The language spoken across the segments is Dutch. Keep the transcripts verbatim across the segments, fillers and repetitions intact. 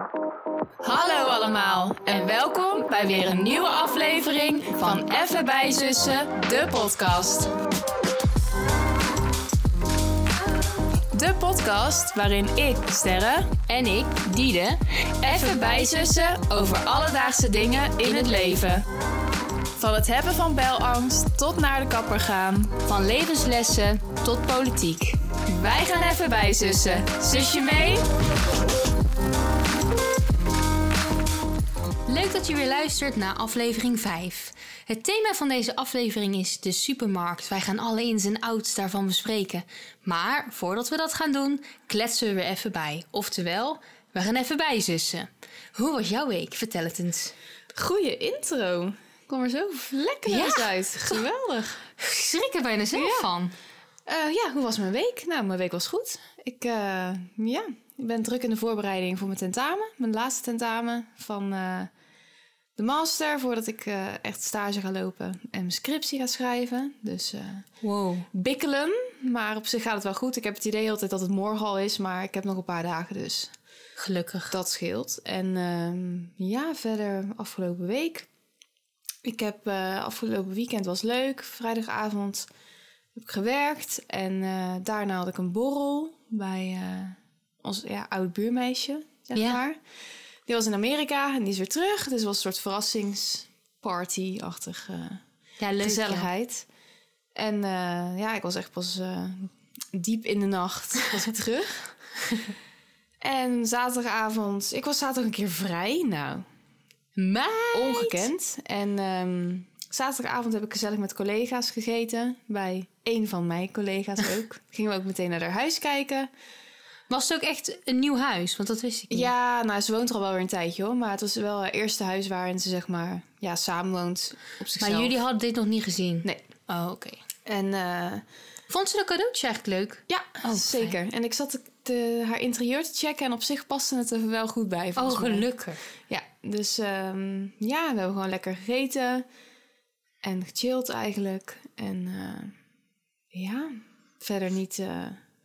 Hallo allemaal en welkom bij weer een nieuwe aflevering van Even bij Zussen, de podcast. De podcast waarin ik, Sterre, en ik, Diede, even bijzussen over alledaagse dingen in het leven. Van het hebben van belangst tot naar de kapper gaan. van levenslessen tot politiek. Wij gaan even bijzussen. Zus je mee? Leuk dat je weer luistert naar aflevering vijf. Het thema van deze aflevering is de supermarkt. Wij gaan alle ins en outs daarvan bespreken. Maar voordat we dat gaan doen, kletsen we weer even bij. Oftewel, we gaan even bijzussen. Hoe was jouw week? Vertel het eens. Goeie intro. Ik kom er zo vlekkeloos Ja. uit. Geweldig. Ik schrik er bijna zelf Ja. van. Uh, ja, hoe was mijn week? Nou, mijn week was goed. Ik, uh, ja, ik ben druk in de voorbereiding voor mijn tentamen. Mijn laatste tentamen van uh, de master. Voordat ik uh, echt stage ga lopen en mijn scriptie ga schrijven. Dus uh, Wow. bikkelen. Maar op zich gaat het wel goed. Ik heb het idee altijd dat het morgen al is. Maar ik heb nog een paar dagen, dus Gelukkig. dat scheelt. En uh, ja, verder afgelopen week. Ik heb uh, afgelopen weekend was leuk. Vrijdagavond heb ik gewerkt. En uh, daarna had ik een borrel bij uh, ons ja, oude buurmeisje, zeg Ja. maar. Die was in Amerika en die is weer terug. Dus het was een soort verrassingsparty-achtig uh, Ja, leuk. gezelligheid. Ja. En uh, ja, ik was echt pas uh, diep in de nacht was ik terug. En zaterdagavond... Ik was zaterdag een keer vrij. Nou, Meid. ongekend. En um, zaterdagavond heb ik gezellig met collega's gegeten. Bij één van mijn collega's ook. Gingen we ook meteen naar haar huis kijken. Was het ook echt een nieuw huis? Want dat wist ik niet. Ja, nou, ze woont er al wel weer een tijdje hoor. Maar het was wel het eerste huis waarin ze zeg maar ja, samen woont op zichzelf. Maar jullie hadden dit nog niet gezien? Nee. Oh, oké. Okay. En uh, Vond ze de cadeautje eigenlijk leuk? ja, Oh, zeker. fijn. En ik zat de, haar interieur te checken en op zich paste het er wel goed bij. Oh, mij. gelukkig. Ja, dus um, ja, we hebben gewoon lekker gegeten. En gechilled eigenlijk. En uh, ja, verder niet uh,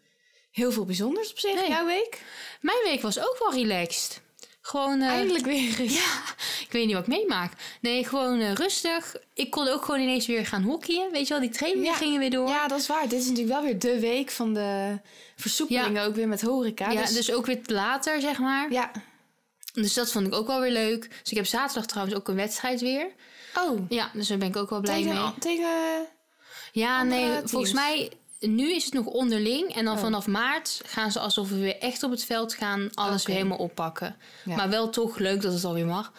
heel veel bijzonders op zich. Nee. Jouw week? Mijn week was ook wel relaxed. Gewoon... Uh, Eindelijk weer eens. Ja, ik weet niet wat ik meemaak. Nee, gewoon uh, rustig. Ik kon ook gewoon ineens weer gaan hockeyen. Weet je wel, die trainingen Ja. gingen weer door. Ja, dat is waar. Dit is natuurlijk wel weer de week van de versoepelingen. Ja. Ook weer met horeca. Ja, dus... dus ook weer later, zeg maar. Ja. Dus dat vond ik ook wel weer leuk. Dus ik heb zaterdag trouwens ook een wedstrijd weer. Oh. Ja, dus daar ben ik ook wel blij tegen, mee. Tegen Ja, nee, teams. volgens mij... Nu is het nog onderling. En dan oh. vanaf maart gaan ze alsof we weer echt op het veld gaan... alles okay. weer helemaal oppakken. Ja. Maar wel toch leuk dat het alweer mag.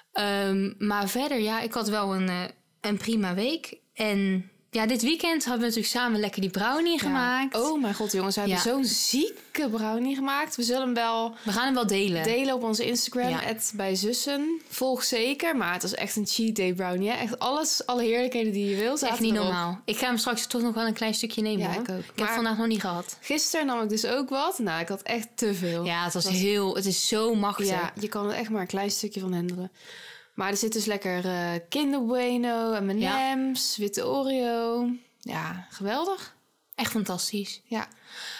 Um, maar verder, ja, ik had wel een, uh, een prima week. En ja, dit weekend hebben we natuurlijk samen lekker die brownie ja. gemaakt. Oh mijn god, jongens. We hebben ja. zo'n zieke brownie gemaakt. We zullen hem wel... We gaan hem wel delen. Delen op onze Instagram, ja. at bij zussen. Volg zeker, maar het was echt een cheat day brownie. Hè? Echt alles, alle heerlijkheden die je wil zaten Echt niet erop. normaal. Ik ga hem straks toch nog wel een klein stukje nemen. Ja, hoor. ik ook. Ik maar heb het vandaag nog niet gehad. Gisteren nam ik dus ook wat. Nou, ik had echt te veel. Ja, het was dat heel... Het is zo machtig. Ja, je kan er echt maar een klein stukje van handelen. Maar er zit dus lekker uh, Kinder Bueno, M en M's, ja. witte Oreo. Ja, geweldig. Echt fantastisch. Ja.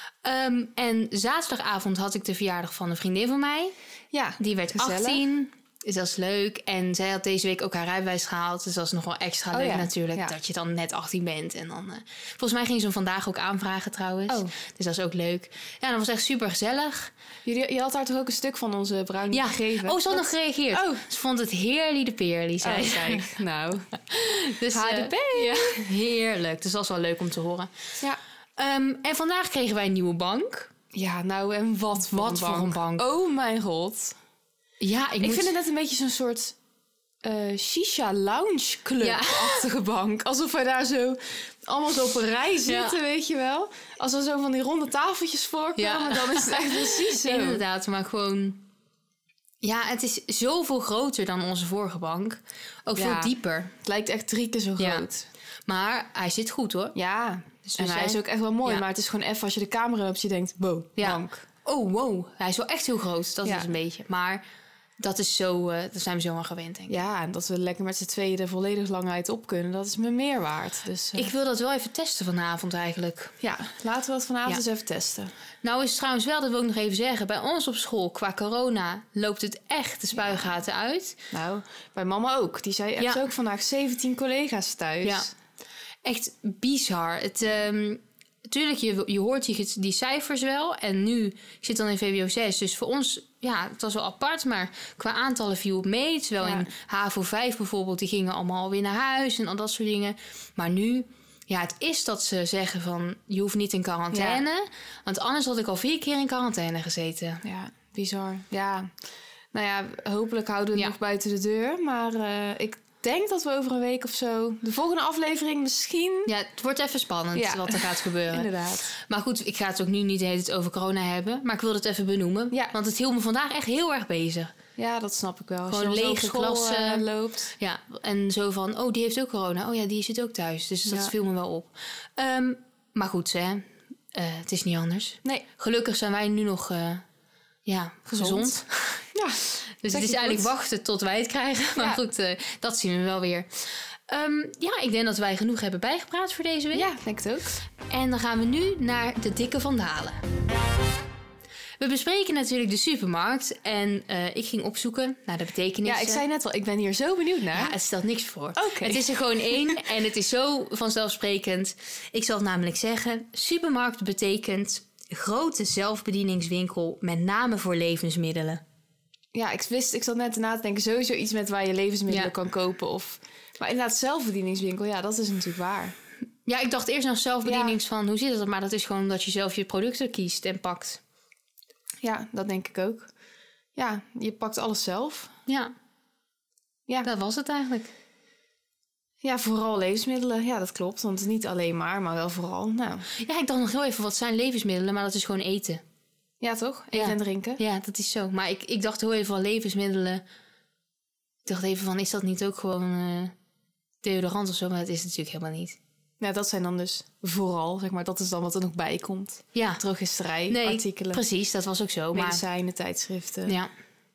Um, en zaterdagavond had ik de verjaardag van een vriendin van mij. Ja, die werd gezellig. achttien. Dus dat is leuk. En zij had deze week ook haar rijbewijs gehaald. Dus dat is nog wel extra leuk oh, ja. natuurlijk. Ja. Dat je dan net achttien bent. En dan, uh, volgens mij ging ze hem vandaag ook aanvragen trouwens. Oh. Dus dat is ook leuk. Ja, dat was echt super gezellig. Je, je had haar toch ook een stuk van onze brownie ja. gegeven? Oh, ze had nog gereageerd. Oh. Ze vond het heerlijk de peerlie, zei oh, zij. Nou, dus, H D P. Uh, ja, heerlijk. Dus dat was wel leuk om te horen. Ja. Um, en vandaag kregen wij een nieuwe bank. Ja, nou en wat voor, wat een, voor bank. een bank. Oh mijn god. Ja, ik, ik moet... vind het net een beetje zo'n soort uh, shisha lounge club-achtige ja. bank. Alsof we daar zo allemaal zo op een rij zitten, ja. weet je wel. Als er zo van die ronde tafeltjes voorkomen, ja. dan is het echt precies zo. Inderdaad, maar gewoon... Ja, het is zoveel groter dan onze vorige bank. Ook ja. veel dieper. Het lijkt echt drie keer zo groot. Ja. Maar hij zit goed, hoor. Ja, dus en hij zijn... is ook echt wel mooi. Ja. Maar het is gewoon even als je de camera hebt, je denkt, wow, ja. bank. Oh, wow. Hij is wel echt heel groot. Dat ja. is een beetje. Maar Dat is zo, uh, daar zijn we zo aan gewend, denk ik. Ja, en dat we lekker met z'n tweeën er volledig lang uit op kunnen. Dat is me meer waard. Dus, uh... Ik wil dat wel even testen vanavond eigenlijk. Ja, laten we dat vanavond ja. eens even testen. Nou is het trouwens wel, dat wil ik nog even zeggen... bij ons op school, qua corona, loopt het echt de spuigaten ja. uit. Nou, bij mama ook. Die zei, ja. ook vandaag zeventien collega's thuis. Ja, echt bizar. Het... Um, Tuurlijk, je, je hoort die, die cijfers wel. En nu, ik zit dan in V W O zes. Dus voor ons, ja, het was wel apart. Maar qua aantallen viel het mee. Terwijl ja. in H A V O vijf bijvoorbeeld, die gingen allemaal weer naar huis. En al dat soort dingen. Maar nu, ja, het is dat ze zeggen van... je hoeft niet in quarantaine. Ja. Want anders had ik al vier keer in quarantaine gezeten. Ja, bizar. Ja, nou ja, hopelijk houden we het ja. nog buiten de deur. Maar uh, ik... Ik denk dat we over een week of zo... de volgende aflevering misschien... Ja, het wordt even spannend ja. wat er gaat gebeuren. Inderdaad. Maar goed, ik ga het ook nu niet de hele tijd over corona hebben. Maar ik wil het even benoemen. Ja. Want het hield me vandaag echt heel erg bezig. Ja, dat snap ik wel. Gewoon een lege klas uh, loopt. Ja, en zo van... oh, die heeft ook corona. Oh ja, die zit ook thuis. Dus dat ja. viel me wel op. Um, maar goed, hè. Uh, het is niet anders. Nee. Gelukkig zijn wij nu nog... Uh, ja, gezond. gezond. Ja. Dus het is eigenlijk goed. wachten tot wij het krijgen. Maar ja. goed, uh, dat zien we wel weer. Um, ja, ik denk dat wij genoeg hebben bijgepraat voor deze week. Ja, denk het ook. En dan gaan we nu naar de dikke vandalen. We bespreken natuurlijk de supermarkt. En uh, ik ging opzoeken naar de betekenissen. Ja, ik zei net al, ik ben hier zo benieuwd naar. Ja, het stelt niks voor. Okay. Het is er gewoon één en het is zo vanzelfsprekend. Ik zal het namelijk zeggen. Supermarkt betekent grote zelfbedieningswinkel, met name voor levensmiddelen. Ja, ik wist, ik zat net na te denken, sowieso iets met waar je levensmiddelen ja. kan kopen. Of, maar inderdaad, zelfbedieningswinkel, ja, dat is natuurlijk waar. Ja, ik dacht eerst nog zelfbedienings ja. van, hoe zit dat? Maar dat is gewoon omdat je zelf je producten kiest en pakt. Ja, dat denk ik ook. Ja, je pakt alles zelf. Ja, ja. dat was het eigenlijk. Ja, vooral levensmiddelen. Ja, dat klopt. Want niet alleen maar, maar wel vooral. Nou. Ja, ik dacht nog heel even, wat zijn levensmiddelen? Maar dat is gewoon eten. Ja, toch? Eten ja. en drinken. Ja, dat is zo. Maar ik, ik dacht heel even van levensmiddelen. Ik dacht even van, is dat niet ook gewoon uh, deodorant of zo? Maar dat is natuurlijk helemaal niet. Ja, dat zijn dan dus vooral, zeg maar, dat is dan wat er nog bij komt. Ja. Drogisterij, nee, artikelen. Precies, dat was ook zo. Medicijnen, maar... tijdschriften. Ja.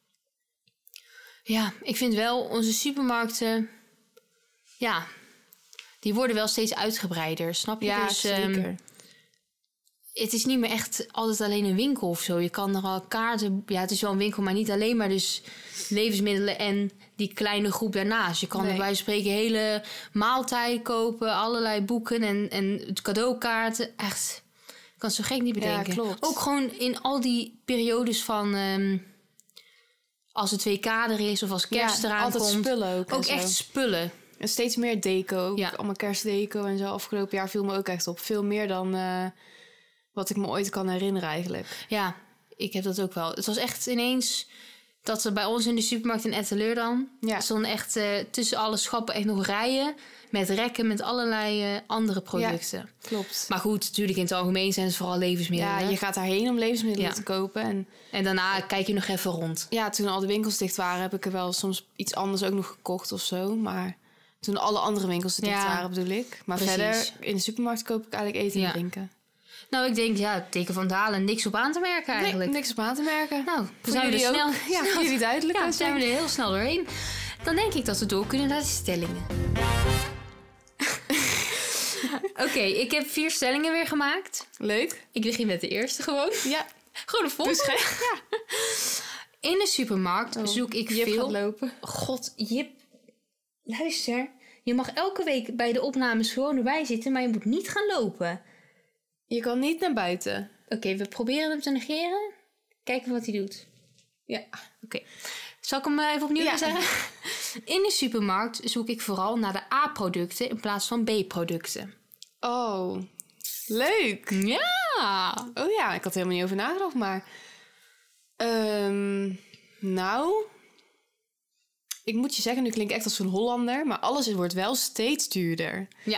Ja, ik vind wel onze supermarkten... Ja, die worden wel steeds uitgebreider, snap je? Ja, dus, zeker. Um, het is niet meer echt altijd alleen een winkel of zo. Je kan er al kaarten... Ja, het is wel een winkel, maar niet alleen maar dus levensmiddelen en die kleine groep daarnaast. Je kan nee. er bij spreken hele maaltijden kopen, allerlei boeken en, en cadeaukaarten. Echt, ik kan het zo gek niet bedenken. Ja, klopt. Ook gewoon in al die periodes van... Um, als het W K er is of als kerst ja, eraan altijd komt. Spullen ook. Ook echt spullen. En steeds meer deco. Ook ja. Allemaal kerstdeco en zo. Afgelopen jaar viel me ook echt op. Veel meer dan uh, wat ik me ooit kan herinneren eigenlijk. Ja, ik heb dat ook wel. Het was echt ineens dat er bij ons in de supermarkt in Etteleur dan... Ja. stonden echt uh, tussen alle schappen echt nog rijen... met rekken met allerlei uh, andere producten. Ja, klopt. Maar goed, natuurlijk in het algemeen zijn het vooral levensmiddelen. Ja, je gaat daarheen om levensmiddelen ja. te kopen. En, en daarna kijk je nog even rond. Ja, toen al de winkels dicht waren... heb ik er wel soms iets anders ook nog gekocht of zo. Maar toen alle andere winkels dicht ja, waren, bedoel ik. Maar precies. Verder, in de supermarkt koop ik eigenlijk eten en ja. drinken. Nou, ik denk, ja, teken van Dalen, niks op aan te merken eigenlijk. Nee, niks op aan te merken. Nou, dan zijn we er snel... Ja, voor jullie duidelijk. Ja, dan zijn we er heel snel doorheen. Dan denk ik dat we door kunnen naar de stellingen. Oké, okay, ik heb vier stellingen weer gemaakt. Leuk. Ik begin met de eerste gewoon. Ja. Gewoon een volgende. Dus ja. In de supermarkt oh, zoek ik Jip veel... gaat lopen. God, Jip. Luister. Je mag elke week bij de opnames gewoon erbij zitten, maar je moet niet gaan lopen. Je kan niet naar buiten. Oké, okay, we proberen hem te negeren. Kijken wat hij doet. Ja. Oké. Okay. Zal ik hem even opnieuw ja. zeggen? In de supermarkt zoek ik vooral naar de A-producten in plaats van B-producten. Oh, leuk. Ja. Oh ja, ik had helemaal niet over nagedacht, maar... Um, nou... Ik moet je zeggen, nu klink ik echt als zo'n Hollander... maar alles wordt wel steeds duurder. Ja.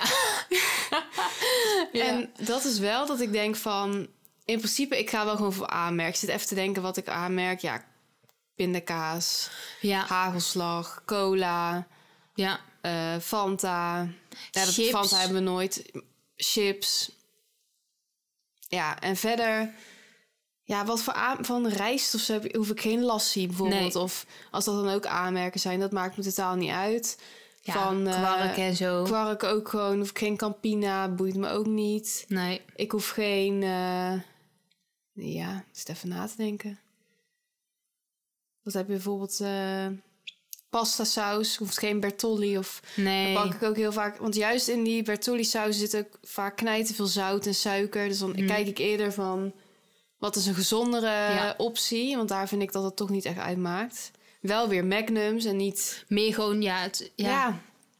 En ja. dat is wel dat ik denk van... In principe, ik ga wel gewoon voor aanmerk. Ik zit even te denken wat ik aanmerk. Ja, pindakaas, ja. hagelslag, cola, ja. uh, Fanta. Ja, dat Fanta hebben we nooit. Chips. Ja, en verder... Ja, wat voor aan, van rijst of zo heb- hoef ik geen lassie bijvoorbeeld. Nee. Of als dat dan ook aanmerken zijn, dat maakt me totaal niet uit. Ja, van eh, kwark en zo. Kwark ook gewoon, hoef ik geen Campina, boeit me ook niet. Nee. Ik hoef geen... eh, ja, zit even na te denken. Wat heb je bijvoorbeeld... eh pasta saus, hoeft geen Bertolli of... Nee. Dan pak ik ook heel vaak... Want juist in die Bertolli saus zit ook vaak knijten veel zout en suiker. Dus dan Mm. kijk ik eerder van... Wat is een gezondere Ja. optie? Want daar vind ik dat het toch niet echt uitmaakt. Wel weer Magnums en niet... Meer gewoon, ja... Het, ja. Ja.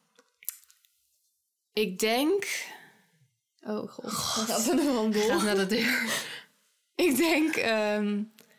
Ik denk... Oh god, God. Gaat er nog een Ga bol? naar de deur. Ik denk... ehm,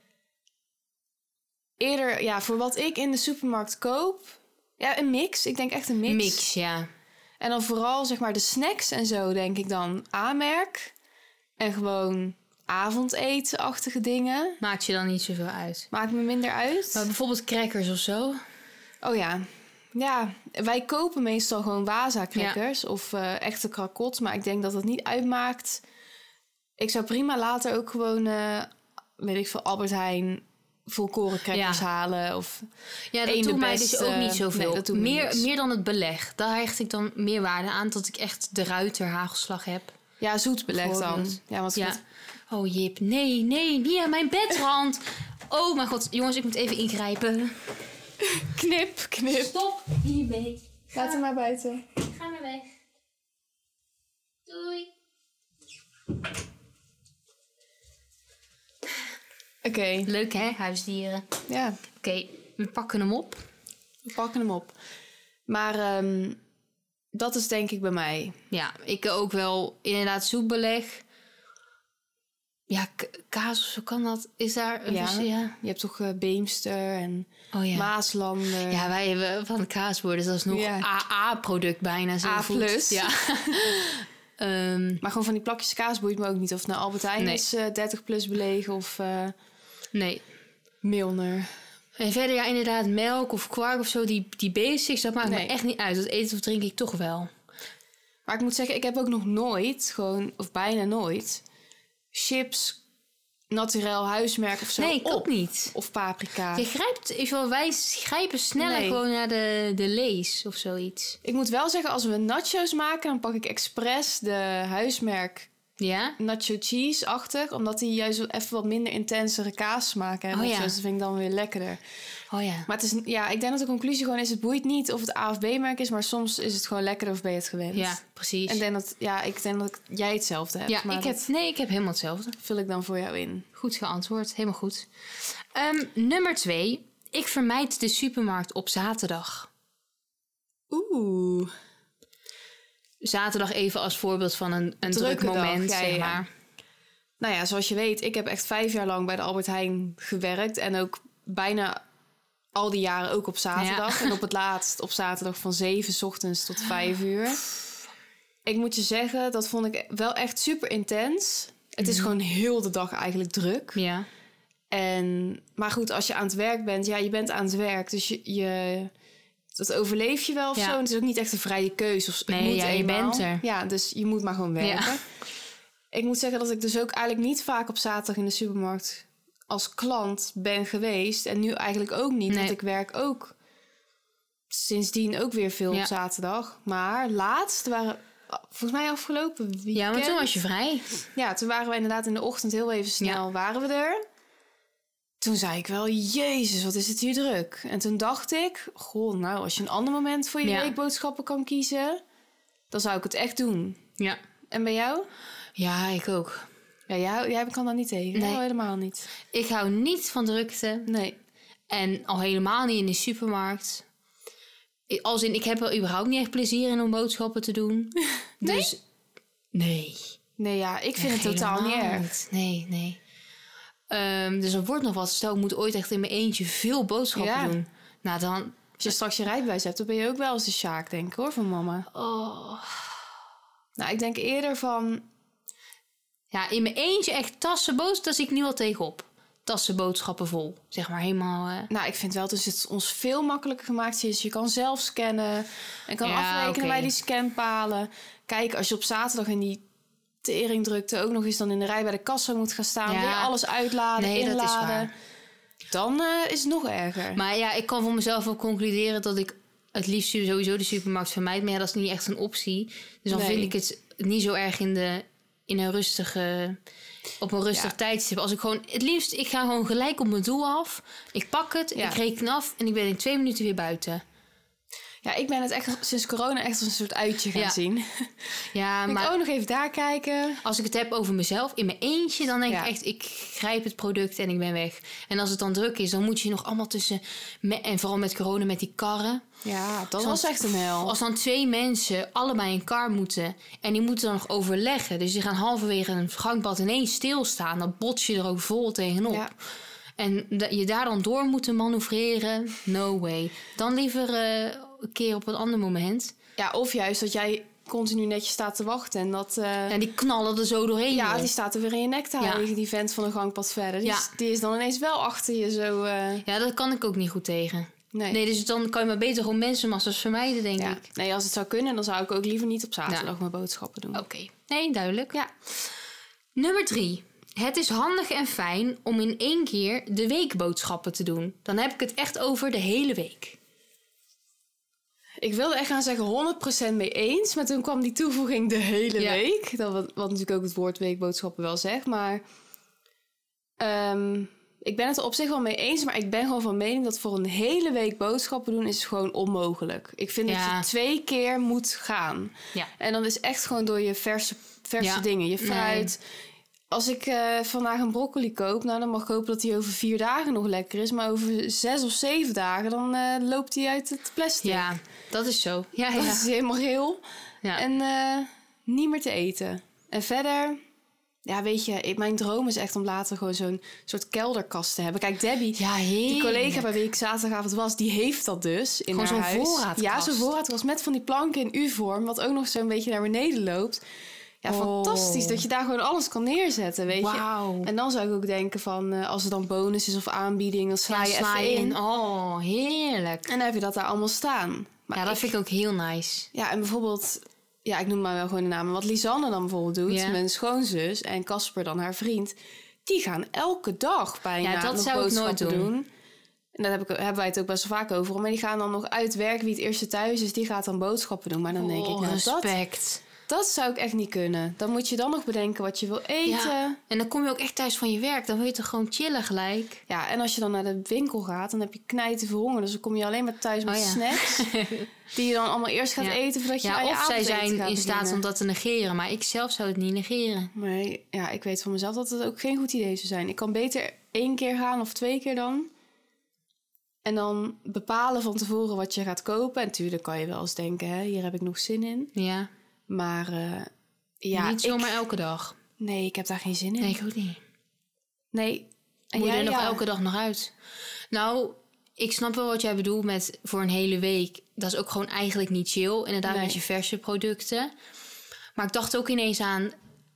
eerder, ja, voor wat ik in de supermarkt koop... Ja, een mix. Ik denk echt een mix. Mix, ja. En dan vooral, zeg maar, de snacks en zo, denk ik dan aanmerk. En gewoon avondeten-achtige dingen. Maakt je dan niet zoveel uit. Maakt me minder uit. Maar bijvoorbeeld crackers of zo. Oh ja. Ja, wij kopen meestal gewoon Waza-crackers of eh, echte krakot. Maar ik denk dat dat niet uitmaakt. Ik zou prima later ook gewoon, eh, weet ik veel, Albert Heijn volkoren crackers Ja. halen. Of Ja, dat Eén de doet mij dus beste. ook niet zoveel. Nee, dat doet me meer, niks. meer dan het beleg. Daar hecht ik dan meer waarde aan. Dat ik echt de ruiter hagelslag heb. ja, zoet beleg dan. Bijvoorbeeld. Ja, want Ja. het- Oh Jip, nee, nee, niet aan mijn bedrand. Oh mijn god, jongens, ik moet even ingrijpen. knip, knip. Stop hiermee. Laat hem maar buiten. Ga maar weg. Doei. Oké, Leuk hè, huisdieren. ja. Oké, we pakken hem op. We pakken hem op. Maar ehm, dat is denk ik bij mij. Ja, ik ook wel inderdaad soepbeleg. Ja, k- kaas of zo kan dat. Is daar... Ja. dus, ja. Je hebt toch eh, Beemster en Oh ja. Maaslander. Ja, wij hebben van de kaasboer, dus dat is nog Ja. A A-product bijna. Zo A voelt. plus. Ja. Ehm, Maar gewoon van die plakjes kaas boeit me ook niet. Of het nou Albert Heijn Nee. is eh, dertig plus belegen of eh nee. Milner. En verder, ja, inderdaad, melk of kwark of zo, die, die basics, dat maakt Nee. me echt niet uit. Dat eten of drink ik toch wel. Maar ik moet zeggen, ik heb ook nog nooit, gewoon, of bijna nooit, chips, naturel huismerk of zo nee, ik op. ook niet. Of paprika. Je grijpt, ik wil, wij grijpen sneller Nee. gewoon naar de, de lees of zoiets. Ik moet wel zeggen, als we nachos maken, dan pak ik expres de huismerk Ja? nacho cheese-achtig. Omdat die juist wel even wat minder intensere kaassmaak hebben. Oh of ja. zo. Dus dat vind ik dan weer lekkerder. Oh ja. Maar het is, ja, ik denk dat de conclusie gewoon is, het boeit niet of het A of B-merk is. Maar soms is het gewoon lekkerder of ben je het gewend. Ja, precies. En ik denk dat, ja, ik denk dat jij hetzelfde hebt. ja, maar ik heb, dat nee, ik heb helemaal hetzelfde. vul ik dan voor jou in. Goed geantwoord, helemaal goed. Ehm, nummer twee. Ik vermijd de supermarkt op zaterdag. Oeh. Zaterdag even als voorbeeld van een, een druk Drukke dag, moment, ja, zeg ja. maar. Nou ja, zoals je weet, ik heb echt vijf jaar lang bij de Albert Heijn gewerkt. En ook bijna al die jaren ook op zaterdag. Ja. En op het laatst op zaterdag van zeven 's ochtends tot vijf uur. Ik moet je zeggen, dat vond ik wel echt super intens. Het is gewoon heel de dag eigenlijk druk. Ja. En, maar goed, als je aan het werk bent, ja, je bent aan het werk. Dus je, je dat overleef je wel of Ja. zo. En het is ook niet echt een vrije keuze. Of, ik Nee, moet ja, je eenmaal. bent er. Ja, dus je moet maar gewoon werken. Ja. Ik moet zeggen dat ik dus ook eigenlijk niet vaak op zaterdag in de supermarkt als klant ben geweest. En nu eigenlijk ook niet, Nee. want ik werk ook sindsdien ook weer veel Ja. op zaterdag. Maar laatst waren, volgens mij afgelopen weekend. Ja, maar toen was je vrij. Ja, toen waren we inderdaad in de ochtend heel even snel, waren we er. Toen zei ik wel, jezus, wat is het hier druk. En toen dacht ik, goh, nou, als je een ander moment voor je Ja. weekboodschappen kan kiezen, dan zou ik het echt doen. Ja. En bij jou? Ja, ik ook. Ja, jij, jij kan daar niet tegen. Nee. Nee, helemaal niet. Ik hou niet van drukte. Nee. En al helemaal niet in de supermarkt. I- Als in, ik heb er überhaupt niet echt plezier in om boodschappen te doen. Nee? Dus, nee. Nee, ja, ik vind Echt het totaal niet helemaal erg. niet. Nee, nee. Ehm, dus er wordt nog wat. Stel, ik moet ooit echt in mijn eentje veel boodschappen Ja. doen. Nou, dan... Als je straks je rijbewijs hebt, dan ben je ook wel eens de Sjaak, denk ik, hoor, van mama. Oh. Nou, ik denk eerder van, Ja, in mijn eentje echt tassen boodschappen, daar zie ik nu al tegenop. Tassen boodschappen vol. Zeg maar helemaal... eh, nou, ik vind wel, dus het is ons veel makkelijker gemaakt. Dus je kan zelf scannen en kan Ja, afrekenen oké. bij die scanpalen. Kijk, als je op zaterdag in die teringdrukte ook nog eens dan in de rij bij de kassa moet gaan staan. Ja. Weer alles uitladen, Nee, dat is inladen. waar. Dan uh, is het nog erger. Maar ja, ik kan voor mezelf ook concluderen dat ik het liefst sowieso de supermarkt vermijd. Maar ja, dat is niet echt een optie. Dus dan Nee. vind ik het niet zo erg in, de, in een rustige... Op een rustig Ja. tijdstip. Als ik gewoon... Het liefst, ik ga gewoon gelijk op mijn doel af. Ik pak het, Ja. ik reken af en ik ben in twee minuten weer buiten. Ja, ik ben het echt sinds corona echt als een soort uitje gaan Ja. zien. Ja, Ik maar ook nog even daar kijken. als ik het heb over mezelf, in mijn eentje... dan denk Ja. ik echt, ik grijp het product en ik ben weg. En als het dan druk is, dan moet je nog allemaal tussen... me- en vooral met corona, met die karren. Ja, dat Zo'n- was echt een hel. Als dan twee mensen allebei in kar moeten... en die moeten dan nog overleggen... dus die gaan halverwege een gangpad ineens stilstaan... dan bots je er ook vol tegenop. Ja. En dat je daar dan door moet manoeuvreren, no way. Dan liever uh, een keer op een ander moment. Ja, of juist dat jij continu netjes staat te wachten. En dat... Uh, En die knallen er zo doorheen. ja, joh. die staat er weer in je nek te Ja. hijgen, die vent van een gangpad verder. Die, Ja. is, die is dan ineens wel achter je zo... Uh, Ja, dat kan ik ook niet goed tegen. nee. Nee, dus dan kan je maar beter gewoon mensenmassa's vermijden, denk Ja. ik. Nee, als het zou kunnen, dan zou ik ook liever niet op zaterdag Ja. mijn boodschappen doen. Oké, okay. Nee, duidelijk. Ja. Nummer drie. Het is handig en fijn om in één keer de weekboodschappen te doen. Dan heb ik het echt over de hele week. Ik wilde echt gaan zeggen honderd procent mee eens. Maar toen kwam die toevoeging de hele Ja. week. Dat wat, wat natuurlijk ook het woord weekboodschappen wel zegt. Maar um, ik ben het er op zich wel mee eens. Maar ik ben gewoon van mening dat voor een hele week boodschappen doen is gewoon onmogelijk. Ik vind Ja. dat je twee keer moet gaan. Ja. En dan is echt gewoon door je verse, verse Ja. dingen. Je fruit. Nee. Als ik uh, vandaag een broccoli koop, nou dan mag ik hopen dat die over vier dagen nog lekker is. Maar over zes of zeven dagen, dan uh, loopt die uit het plastic. Ja, dat is zo. Ja, Dat ja. is helemaal geel. Ja. En uh, niet meer te eten. En verder, ja weet je, ik, mijn droom is echt om later gewoon zo'n soort kelderkast te hebben. Kijk, Debbie, Ja, heerlijk. die collega bij wie ik zaterdagavond was, die heeft dat dus in Gewoon haar zo'n huis. voorraadkast. Ja, zo'n voorraadkast met van die planken in U-vorm, wat ook nog zo'n beetje naar beneden loopt. Ja, Oh. fantastisch dat je daar gewoon alles kan neerzetten, weet Wauw. je. En dan zou ik ook denken van, uh, als er dan bonus is of aanbieding, dan sla je Ja, sla even je in. in. Oh, heerlijk. En dan heb je dat daar allemaal staan. Maar ja, dat ik- vind ik ook heel nice. Ja, en bijvoorbeeld, ja, ik noem maar wel gewoon de namen. Wat Lisanne dan bijvoorbeeld doet, Ja. mijn schoonzus en Casper dan haar vriend, die gaan elke dag bijna Ja, dat nog zou ik boodschappen nooit doen. doen. En daar heb ik, hebben wij het ook best wel vaak over. Maar die gaan dan nog uit werk, wie het eerste thuis is, die gaat dan boodschappen doen. Maar dan denk ik, Oh, nou, dat, respect. dat zou ik echt niet kunnen. Dan moet je dan nog bedenken wat je wil eten. Ja. Ja. En dan kom je ook echt thuis van je werk. Dan wil je toch gewoon chillen gelijk. En als je dan naar de winkel gaat, dan heb je knijten veel honger. Dus dan kom je alleen maar thuis met Oh, ja. snacks. Die je dan allemaal eerst gaat Ja. eten voordat je Ja, aan je of zij avondeten zijn gaat in staat beginnen. om dat te negeren. Maar ik zelf zou het niet negeren. Maar ja, ik weet van mezelf dat het ook geen goed idee zou zijn. Ik kan beter één keer gaan of twee keer dan. En dan bepalen van tevoren wat je gaat kopen. En natuurlijk kan je wel eens denken, hè, hier heb ik nog zin in. Ja, Maar uh, ja, niet zomaar elke dag. Ik, nee, ik heb daar geen zin in. Nee, ik ook niet. Nee. En Moet je jij, er nog ja. elke dag nog uit? Nou, ik snap wel wat jij bedoelt met voor een hele week. Dat is ook gewoon eigenlijk niet chill. Inderdaad, Nee. met je verse producten. Maar ik dacht ook ineens aan...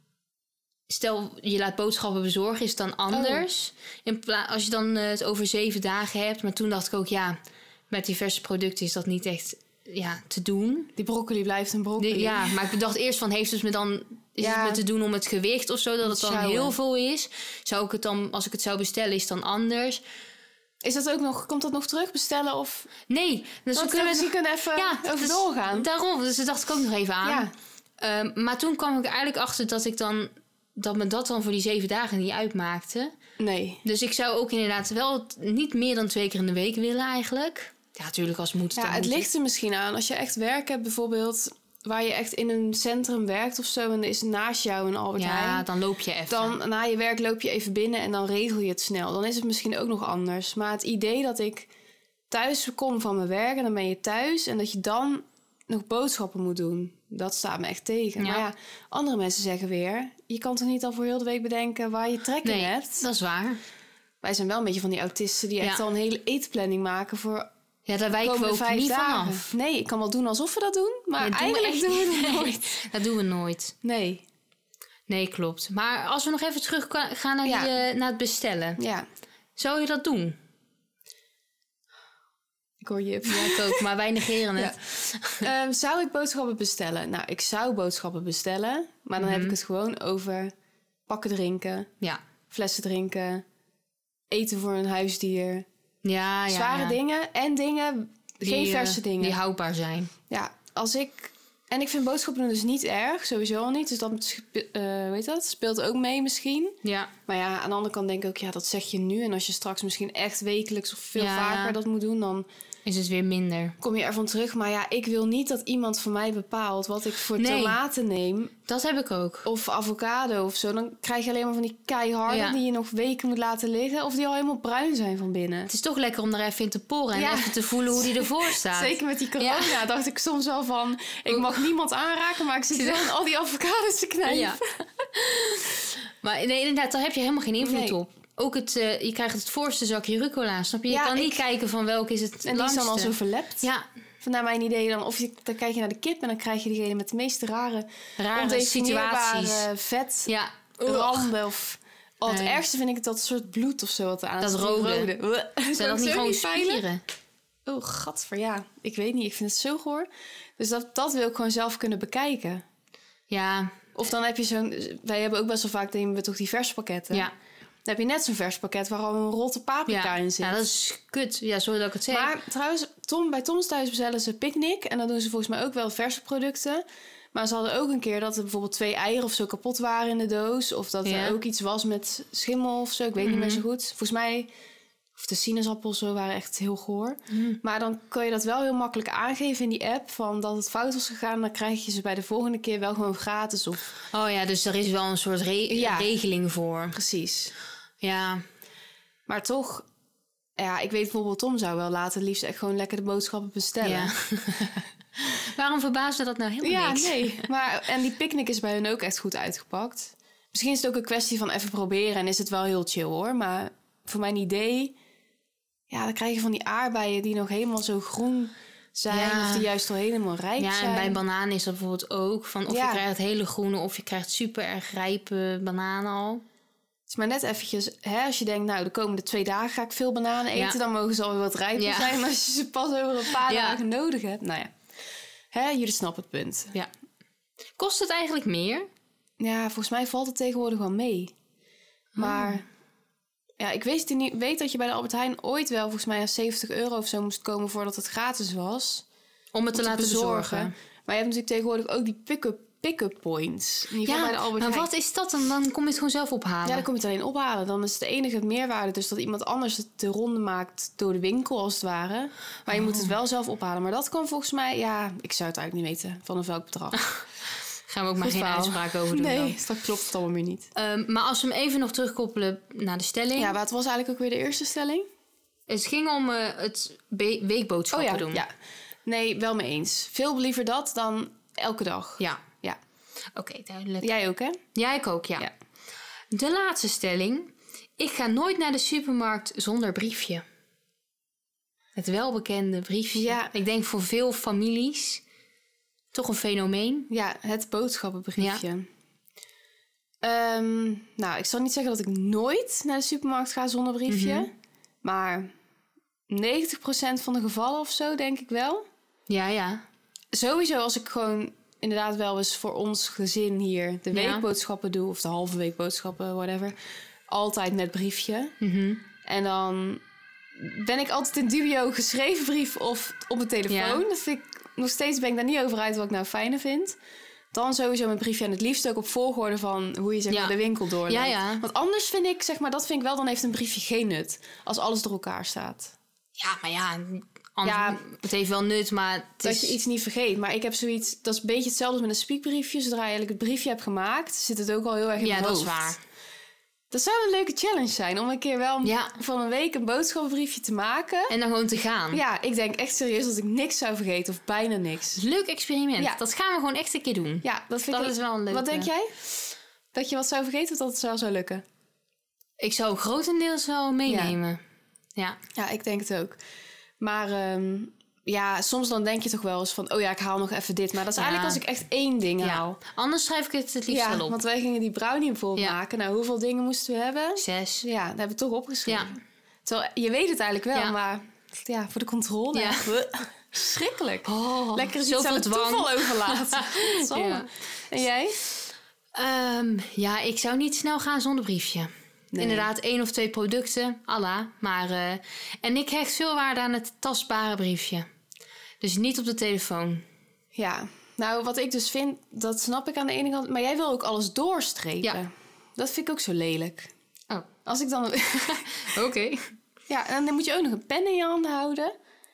Stel, je laat boodschappen bezorgen, is het dan anders? In pla- als je dan uh, het over zeven dagen hebt. Maar toen dacht ik ook, ja, met die verse producten is dat niet echt ja, te doen. Die broccoli blijft een broccoli. De, ja, maar ik dacht eerst van, heeft het me dan... Is Ja. het me te doen om het gewicht of zo? Dat het dan sjouwen. heel veel is? Zou ik het dan, als ik het zou bestellen, is het dan anders? Is dat ook nog, komt dat nog terug bestellen? Of Nee. Dus we kunnen we kunnen even ja, over dus doorgaan. Daarom, dus dat dacht ik ook nog even aan. Ja. Um, maar toen kwam ik eigenlijk achter dat ik dan... dat me dat dan voor die zeven dagen niet uitmaakte. Nee. Dus ik zou ook inderdaad wel t- niet meer dan twee keer in de week willen eigenlijk. Ja, natuurlijk als het moet. Ja, dan het moet ligt er misschien aan. Als je echt werk hebt bijvoorbeeld, waar je echt in een centrum werkt of zo, en er is naast jou een Albert Ja, Heijn. dan loop je even. Dan na je werk loop je even binnen en dan regel je het snel. Dan is het misschien ook nog anders. Maar het idee dat ik thuis kom van mijn werk en dan ben je thuis en dat je dan nog boodschappen moet doen, dat staat me echt tegen. Ja. Maar ja, andere mensen zeggen weer, je kan toch niet al voor heel de week bedenken waar je trek in Nee, hebt. dat is waar. Wij zijn wel een beetje van die autisten die echt Ja. al een hele eetplanning maken voor Ja, daar wijken we komende ook vijf niet dagen. vanaf. Nee, ik kan wel doen alsof we dat doen, maar Ja, doen we eigenlijk echt doen we niet. het nooit. Dat doen we nooit. Nee, Nee, klopt. Maar als we nog even terug ka- gaan naar, Ja. die, eh, naar het bestellen. ja. Zou je dat doen? Ik hoor je. Ja, ik ook, maar wij negeren het. Ja. Um, zou ik boodschappen bestellen? Nou, ik zou boodschappen bestellen. Maar dan mm-hmm. heb ik het gewoon over pakken drinken. Ja. Flessen drinken. Eten voor een huisdier. Ja, ja, Zware ja. dingen en dingen, die, geen verse dingen. Die houdbaar zijn. Ja, als ik... En ik vind boodschappen doen dus niet erg, sowieso al niet. Dus dat, uh, weet dat, speelt ook mee misschien. Ja. Maar ja, aan de andere kant denk ik ook, ja, dat zeg je nu. En als je straks misschien echt wekelijks of veel ja. vaker dat moet doen, dan... is het weer minder. Kom je ervan terug. Maar ja, ik wil niet dat iemand voor mij bepaalt wat ik voor nee, tomaten neem. Dat heb ik ook. Of avocado of zo. Dan krijg je alleen maar van die keiharde ja. die je nog weken moet laten liggen. Of die al helemaal bruin zijn van binnen. Het is toch lekker om daar even in te poren en ja. even te voelen hoe die ervoor staat. Zeker met die corona ja. dacht ik soms wel van... ik mag niemand aanraken, maar ik zit wel in al die avocados te knijpen. Ja. Maar nee, inderdaad, daar heb je helemaal geen invloed nee. op. Ook het, uh, je krijgt het voorste zakje rucola, snap je? Je ja, kan niet ik... kijken van welk is het En langste. die is dan al zo verlept. Ja. Vandaar mijn idee dan. Of je, dan kijk je naar de kip en dan krijg je diegene met de meest rare... rare situaties. vet, ja. randen of... Oh, het uh, ergste vind ik het dat soort bloed of zo wat aan dat rode. rode. Zijn dat niet gewoon spieren? Oh, gadver, ja. Ik weet niet, ik vind het zo goor. Dus dat, dat wil ik gewoon zelf kunnen bekijken. Ja. Of dan heb je zo'n... Wij hebben ook best wel vaak, nemen we toch die verspakketten. Ja. Dan heb je net zo'n vers pakket waar al een rotte paprika ja. in zit. Ja, dat is kut. Ja, sorry dat ik het zeg. Maar trouwens, Tom, bij Tom's thuis bestellen ze picknick. En dan doen ze volgens mij ook wel verse producten. Maar ze hadden ook een keer dat er bijvoorbeeld twee eieren of zo kapot waren in de doos. Of dat ja. er ook iets was met schimmel of zo. Ik weet mm-hmm. niet meer zo goed. Volgens mij... Of de sinaasappels zo waren echt heel goor. Mm. Maar dan kun je dat wel heel makkelijk aangeven in die app. Van dat het fout was gegaan. Dan krijg je ze bij de volgende keer wel gewoon gratis. Of... Oh ja, dus er is wel een soort re- ja. regeling voor. Precies. Ja. Maar toch... Ja, ik weet bijvoorbeeld Tom zou wel later liefst echt gewoon lekker de boodschappen bestellen. Ja. Waarom verbaasde dat nou helemaal ja, niks? Ja, nee. Maar, en die picknick is bij hun ook echt goed uitgepakt. Misschien is het ook een kwestie van even proberen. En is het wel heel chill hoor. Maar voor mijn idee... Ja, dan krijg je van die aardbeien die nog helemaal zo groen zijn. Ja. Of die juist al helemaal rijp ja, zijn. Ja, en bij bananen is dat bijvoorbeeld ook. Van of ja. je krijgt hele groene of je krijgt super erg rijpe bananen al. Het is maar net eventjes, hè, als je denkt... nou, de komende twee dagen ga ik veel bananen eten... Ja. dan mogen ze alweer wat rijper ja. zijn. Als je ze pas over een paar ja. dagen nodig hebt. Nou ja, hè, jullie snappen het punt. Ja. Kost het eigenlijk meer? Ja, volgens mij valt het tegenwoordig wel mee. Maar... Oh. Ja, ik weet, niet, weet dat je bij de Albert Heijn ooit wel volgens mij aan zeventig euro of zo moest komen voordat het gratis was. Om het te, om te laten bezorgen. bezorgen. Maar je hebt natuurlijk tegenwoordig ook die pick-up, pick-up points. In ieder geval ja, bij de Albert maar Heijn. wat is dat dan? Dan kom je het gewoon zelf ophalen. Ja, dan kom je het alleen ophalen. Dan is het de enige meerwaarde dus dat iemand anders het de ronde maakt door de winkel als het ware. Maar je oh. moet het wel zelf ophalen. Maar dat kan volgens mij, ja, ik zou het eigenlijk niet weten van een welk bedrag. Gaan we ook maar Goed geen verhaal. uitspraak over doen. Nee, dan. dat klopt het allemaal weer niet. Um, maar als we hem even nog terugkoppelen naar de stelling. Ja, wat was eigenlijk ook weer de eerste stelling? Het ging om uh, het be- weekboodschappen oh, ja, doen. Ja, nee, wel mee eens. Veel liever dat dan elke dag. Ja. Ja. Oké, okay, duidelijk. Jij ook, hè? Ja, ik ook, ja. ja. De laatste stelling. Ik ga nooit naar de supermarkt zonder briefje. Het welbekende briefje. Ja. Ik denk voor veel families... Toch een fenomeen. Ja, het boodschappenbriefje. Ja. Um, nou, ik zal niet zeggen dat ik nooit naar de supermarkt ga zonder briefje. Mm-hmm. Maar negentig procent van de gevallen of zo, denk ik wel. Ja, ja. Sowieso als ik gewoon inderdaad wel eens voor ons gezin hier de weekboodschappen doe... of de halve week boodschappen, whatever. Altijd met briefje. Mm-hmm. En dan ben ik altijd in dubio geschreven brief of op mijn telefoon. Ja. Dat vind ik... Nog steeds ben ik daar niet over uit wat ik nou fijner vind. Dan sowieso mijn briefje en het liefst ook op volgorde van hoe je zeg maar, ja. de winkel doorloopt. Ja, ja. Want anders vind ik, zeg maar, dat vind ik wel, dan heeft een briefje geen nut. Als alles door elkaar staat. Ja, maar ja, anders, ja het heeft wel nut, maar... Het dat is... je iets niet vergeet. Maar ik heb zoiets, dat is een beetje hetzelfde als met een speakbriefje. Zodra je eigenlijk het briefje hebt gemaakt, zit het ook al heel erg in ja, mijn hoofd. Ja, dat is waar. Dat zou een leuke challenge zijn. Om een keer wel ja. van een week een boodschappenbriefje te maken. En dan gewoon te gaan. Ja, ik denk echt serieus dat ik niks zou vergeten. Of bijna niks. Leuk experiment. Ja. Dat gaan we gewoon echt een keer doen. Ja, dat vind dat ik... is wel een leuke. Wat denk jij? Dat je wat zou vergeten of dat het zou, zou lukken? Ik zou grotendeels wel meenemen. Ja. Ja, ja ik denk het ook. Maar um, ja, soms dan denk je toch wel eens van... oh ja, ik haal nog even dit. Maar dat is ja. eigenlijk als ik echt één ding haal. Ja. Anders schrijf ik het het liefst ja, wel op. Want wij gingen die brownie bijvoorbeeld ja. maken. Nou, hoeveel dingen moesten we hebben? Zes. Ja, dat hebben we toch opgeschreven. Ja. Terwijl, je weet het eigenlijk wel, ja. maar... ja, voor de controle. Ja. Schrikkelijk. Oh, Lekker iets zoveel aan het dwang. toeval overlaten. Ja. En jij? Um, ja, ik zou niet snel gaan zonder briefje. Nee. Inderdaad, één of twee producten, Allah. Maar, uh, en ik hecht veel waarde aan het tastbare briefje. Dus niet op de telefoon. Ja, nou wat ik dus vind, dat snap ik aan de ene kant. Maar jij wil ook alles doorstrepen. Ja. Dat vind ik ook zo lelijk. Oh, Als ik dan... oké. Okay. Ja, en dan moet je ook nog een pen in je handen houden.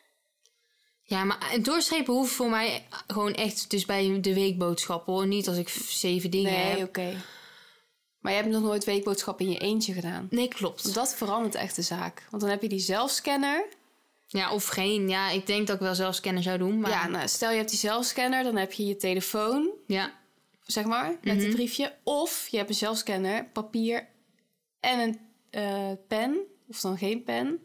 Ja, maar doorstrepen hoeft voor mij gewoon echt... Dus bij de weekboodschappen hoor. Niet als ik zeven dingen nee, heb. Nee, oké. Okay. Maar je hebt nog nooit weekboodschappen in je eentje gedaan. Nee, klopt. Dat verandert echt de zaak. Want dan heb je die zelfscanner. Ja, of geen. Ja, ik denk dat ik wel zelfscanner zou doen. Maar... Ja, nou, stel je hebt die zelfscanner, dan heb je je telefoon. Ja. Zeg maar, met Mm-hmm. het briefje. Of je hebt een zelfscanner, papier en een uh, pen. Of dan geen pen.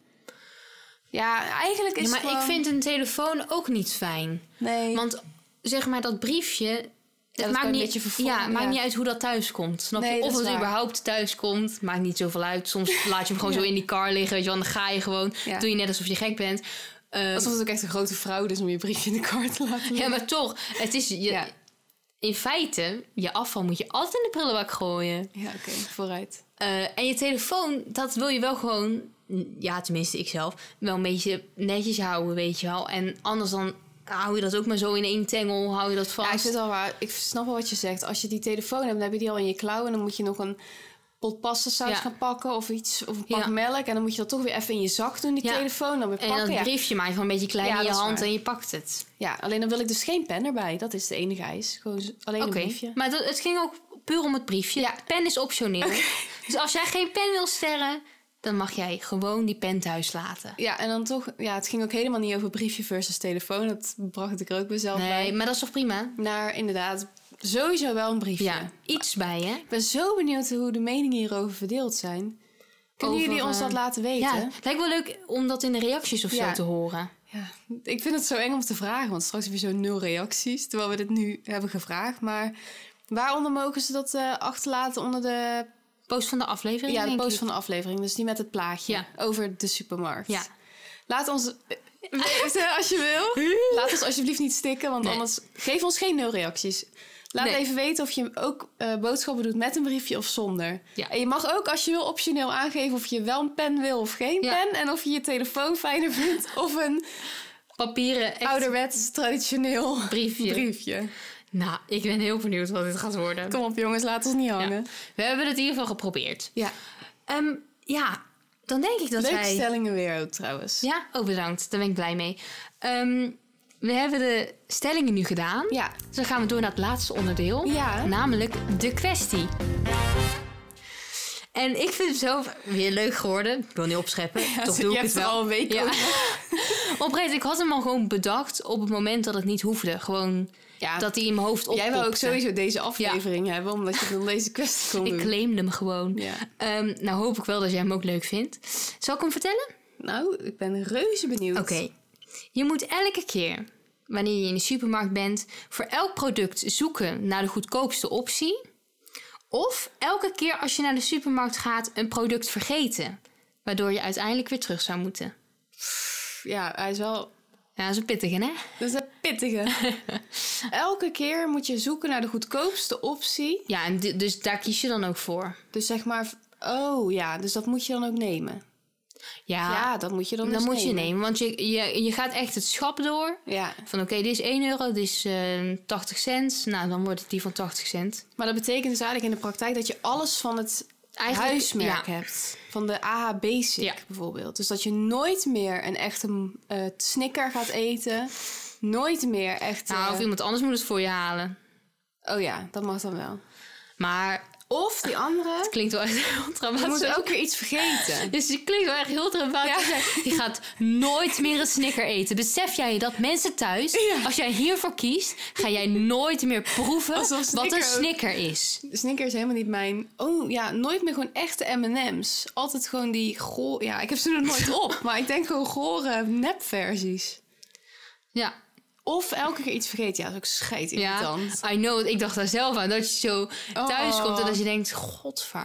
Ja, eigenlijk is ja, maar het gewoon... ik vind een telefoon ook niet fijn. Nee. Want zeg maar dat briefje... Ja, het dat maakt, een niet, vervolg, ja, het maakt ja. niet uit hoe dat thuis komt. Snap Nee, je? Of dat het is waar. überhaupt thuis komt. Maakt niet zoveel uit. Soms laat je hem gewoon Ja. zo in die car liggen. Weet je wel, dan ga je gewoon. Ja. Doe je net alsof je gek bent. Uh, Alsof het ook echt een grote fraude is om je briefje in de kar te laten liggen. ja, maar toch. Het is... Je, Ja. In feite, je afval moet je altijd in de prullenbak gooien. Ja, oké, okay, vooruit. Uh, en je telefoon, dat wil je wel gewoon... Ja, tenminste, ik zelf. Wel een beetje netjes houden, weet je wel. En anders dan hou je dat ook maar zo in één tengel. Hou je dat vast. Ja, ik vind het wel waar. Ik snap wel wat je zegt. Als je die telefoon hebt, dan heb je die al in je klauw. En dan moet je nog een pot pastasaus Ja. gaan pakken. Of iets, of een pak Ja. melk. En dan moet je dat toch weer even in je zak doen, die Ja. telefoon. Dan weer En pakken. dat Ja. briefje maak je gewoon een beetje klein Ja, in je dat is hand waar. en je pakt het. Ja, alleen dan wil ik dus geen pen erbij. Dat is de enige eis. Gewoon alleen Oké, een briefje. maar dat, het ging ook puur om het briefje. Ja. Pen is optioneel. Okay. Dus als jij geen pen wil sterren, dan mag jij gewoon die pen thuis laten. Ja, en dan toch... Ja, het ging ook helemaal niet over briefje versus telefoon. Dat bracht ik er ook mezelf Nee, bij. maar dat is toch prima? Naar inderdaad sowieso wel een briefje. Ja, iets bij, hè? Ik ben zo benieuwd hoe de meningen hierover verdeeld zijn. Kunnen Over, jullie ons dat uh, laten weten? Ja, het lijkt wel leuk om dat in de reacties of Ja. zo te horen. Ja, ik vind het zo eng om te vragen, want straks heb je zo nul reacties, terwijl we dit nu hebben gevraagd. Maar waaronder mogen ze dat uh, achterlaten onder de... Post van de aflevering, Ja, de denk post ik. van de aflevering, dus die met het plaatje Ja. over de supermarkt. Ja. Laat ons weten als je wil. Laat ons alsjeblieft niet stikken, want Nee. anders geef ons geen nul reacties. Laat Nee. even weten of je ook uh, boodschappen doet met een briefje of zonder. Ja. En je mag ook, als je wil, optioneel aangeven of je wel een pen wil of geen Ja. pen. En of je je telefoon fijner vindt of een Papieren, echt ouderwets, traditioneel briefje. briefje. Nou, ik ben heel benieuwd wat dit gaat worden. Kom op jongens, laat ons niet hangen. Ja. We hebben het in ieder geval geprobeerd. Ja, Um, ja, dan denk ik dat leuke wij... stellingen weer ook trouwens. Ja? Oh, bedankt. Daar ben ik blij mee. Um, we hebben de stellingen nu gedaan. Ja. Dus dan gaan we door naar het laatste onderdeel. Ja. Namelijk de kwestie. En ik vind het zelf weer leuk geworden. Ik wil niet opscheppen. Ja, toch je doe ik hebt het er wel. al een week ja. over. Oprecht, ik had hem al gewoon bedacht op het moment dat het niet hoefde. Gewoon Ja, dat hij in mijn hoofd opkopte. jij wil ook sowieso deze aflevering hebben, omdat je dan deze kwestie kon Ik doen. claimde hem gewoon. Ja. Um, nou hoop ik wel dat jij hem ook leuk vindt. Zal ik hem vertellen? Nou, ik ben reuze benieuwd. Oké. Okay. Je moet elke keer, wanneer je in de supermarkt bent, voor elk product zoeken naar de goedkoopste optie. Of elke keer als je naar de supermarkt gaat een product vergeten. Waardoor je uiteindelijk weer terug zou moeten. Ja, hij is wel... Ja, dat is een pittige, hè? Dat is een pittige. Elke keer moet je zoeken naar de goedkoopste optie. Ja, en d- dus daar kies je dan ook voor. Dus zeg maar... Oh ja, dus dat moet je dan ook nemen. Ja, Ja, dat moet je dan dan dus moet nemen. je nemen. Want je, je, je gaat echt het schap door. Ja, Van oké, okay, dit is één euro, dit is uh, tachtig cent. Nou, dan wordt het die van tachtig cent. maar dat betekent dus eigenlijk in de praktijk dat je alles van het Eigenlijk, huismerk ja. hebt. Van de A H Basic Ja. bijvoorbeeld. Dus dat je nooit meer een echte uh, Snicker gaat eten. Nooit meer echt... Uh... Nou, of iemand anders moet het voor je halen. Oh ja, dat mag dan wel. Maar Of die andere... het klinkt wel echt heel Je dramatisch. moet ook weer iets vergeten. Dus het klinkt wel echt heel dramatisch. Ja. Je gaat nooit meer een Snicker eten. Besef jij dat mensen thuis, Ja. als jij hiervoor kiest, ga jij nooit meer proeven Alsof wat Snicker een ook- Snicker is. Snicker is helemaal niet mijn... Oh ja, nooit meer gewoon echte M en M's. Altijd gewoon die goor... Ja, ik heb ze er nooit op. Maar ik denk gewoon gore nepversies. Ja, Of elke keer iets vergeten. Ja, dat is ook scheit ja. irritant. I know. Ik dacht daar zelf aan. Dat je zo thuis Oh. komt en dat je denkt, godver.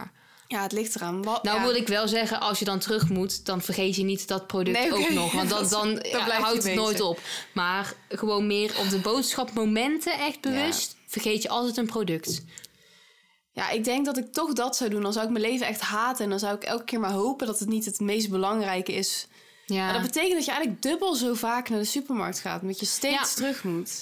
Ja, het ligt eraan. Wat, Nou ja. moet ik wel zeggen, als je dan terug moet, dan vergeet je niet dat product Nee, okay. ook nog. Want dat, dan, dan ja, blijft houdt je het nooit bezig. op. Maar gewoon meer op de boodschapmomenten echt bewust, ja. vergeet je altijd een product. Ja, ik denk dat ik toch dat zou doen. Dan zou ik mijn leven echt haten. En dan zou ik elke keer maar hopen dat het niet het meest belangrijke is. Ja. Maar dat betekent dat je eigenlijk dubbel zo vaak naar de supermarkt gaat. Omdat je steeds Ja. terug moet.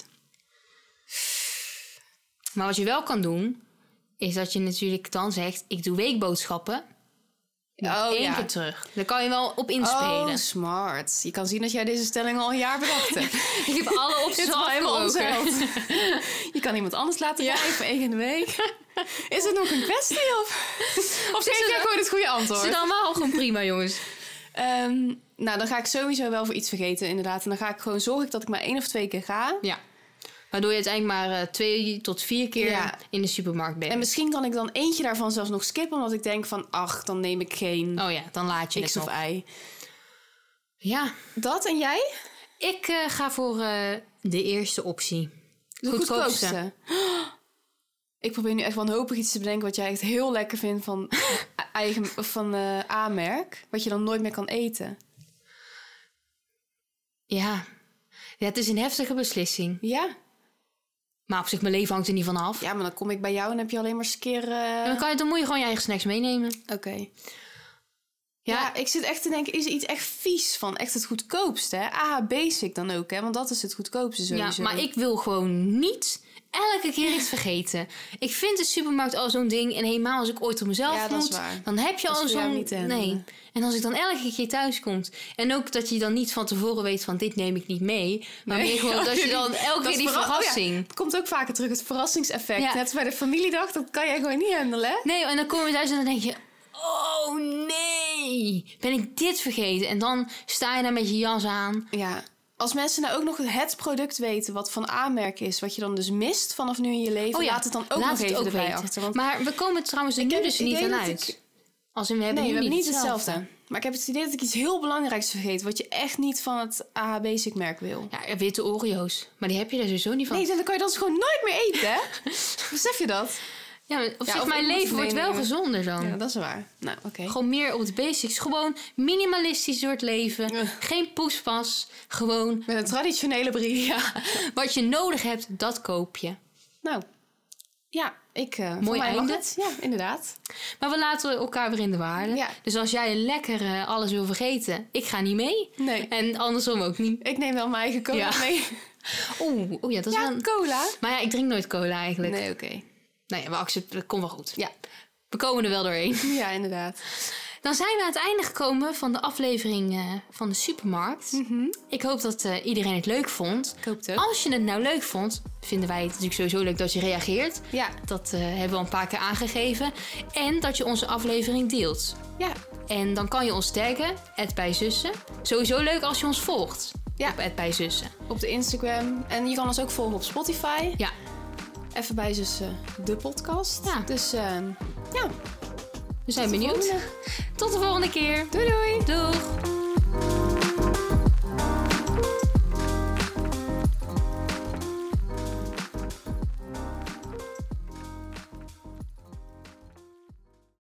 Maar wat je wel kan doen, is dat je natuurlijk dan zegt, ik doe weekboodschappen. Oh, Eén ja. keer terug. Daar kan je wel op inspelen. Oh, smart. Je kan zien dat jij deze stelling al een jaar bedacht hebt. Ik heb alle Het opties is wel helemaal afgewogen. omzeild. Je kan iemand anders laten Ja. rijden voor één in de week. Is het nog een kwestie? Of, of geef jij gewoon het goede antwoord? Is het dan wel gewoon prima, jongens? Um, nou, dan ga ik sowieso wel voor iets vergeten, inderdaad. En dan ga ik gewoon zorgen dat ik maar één of twee keer ga. Ja. Waardoor je uiteindelijk maar uh, twee tot vier keer Ja. in de supermarkt bent. En misschien kan ik dan eentje daarvan zelfs nog skippen, omdat ik denk van, ach, dan neem ik geen Oh ja, dan laat je X het of nog. Y. Ja. Dat en jij? Ik uh, ga voor uh, de eerste optie. De Goedkoopste. goedkoopste. Ik probeer nu echt wanhopig iets te bedenken wat jij echt heel lekker vindt van eigen of van uh, A-merk, wat je dan nooit meer kan eten. Ja. Ja, het is een heftige beslissing. Ja. Maar op zich, mijn leven hangt er niet van af. Ja, maar dan kom ik bij jou en heb je alleen maar eens een keer... Uh... En dan, kan je, dan moet je gewoon je eigen snacks meenemen. Oké. Okay. Ja. Ja, ik zit echt te denken, is er iets echt vies van? Echt het goedkoopste, hè? A H Basic dan ook, hè? Want dat is het goedkoopste sowieso. Ja, maar ik wil gewoon niet elke keer iets vergeten. Ik vind de supermarkt al zo'n ding. En helemaal als ik ooit op mezelf ja, moet, dat is waar. dan heb je dat al zo'n... Niet nee. En als ik dan elke keer thuis kom... En ook dat je dan niet van tevoren weet van dit neem ik niet mee. Maar nee. meer gewoon dat je dan elke dat keer die verra- verrassing... Oh ja, het komt ook vaker terug, het verrassingseffect. Ja. Net als bij de familiedag, dat kan jij gewoon niet handelen, hè? Nee, en dan kom je thuis en dan denk je... Oh nee, ben ik dit vergeten? En dan sta je daar met je jas aan. Ja. Als mensen nou ook nog het product weten wat van A-merk is, wat je dan dus mist vanaf nu in je leven, Oh ja, laat het dan ook laat nog het even ook erbij weten. achter. Want Maar we komen trouwens er Ik nu heb dus het niet idee aan dat uit. ik- Als in, we hebben nee, nu we hebben niet niet hetzelfde. Maar ik heb het idee dat ik iets heel belangrijks vergeet, wat je echt niet van het A H Basic merk wil. Ja, witte Oreo's. Maar die heb je er sowieso niet van. Nee, dan kan je dat dus gewoon nooit meer eten, hè? Besef je dat? Ja, maar op Ja, zich, of mijn ik moet leven het wordt wel meenemen. gezonder dan. Ja, dat is waar. Nou, oké. Okay. Gewoon meer op de basics. Gewoon minimalistisch door het leven. Ja. Geen poespas. Gewoon Met een traditionele brief. ja, wat je nodig hebt, dat koop je. Nou, ja, ik... Uh, Mooi einde. Het. Ja, inderdaad. Maar we laten elkaar weer in de waarde. Ja. Dus als jij lekker uh, alles wil vergeten, ik ga niet mee. Nee. En andersom ook niet. Ik neem wel mijn eigen cola Ja. mee. Oeh, oeh ja, dat is Ja, wel een... cola. Maar ja, ik drink nooit cola eigenlijk. Nee, oké. Okay. Nee, maar accepteren, dat komt wel goed. Ja. We komen er wel doorheen. Ja, inderdaad. Dan zijn we aan het einde gekomen van de aflevering uh, van de supermarkt. Mm-hmm. Ik hoop dat uh, iedereen het leuk vond. Ik hoop het ook. Als je het nou leuk vond, vinden wij het natuurlijk sowieso leuk dat je reageert. Ja. Dat uh, hebben we al een paar keer aangegeven. En dat je onze aflevering deelt. Ja. En dan kan je ons taggen, at bijzussen. Sowieso leuk als je ons volgt. Ja. Op at bijzussen. Op de Instagram. En je kan ons ook volgen op Spotify. Ja. Even bij zussen de podcast. Ja. Dus uh, ja. We zijn Tot de benieuwd. volgende. Tot de volgende keer. Doei doei. Doeg.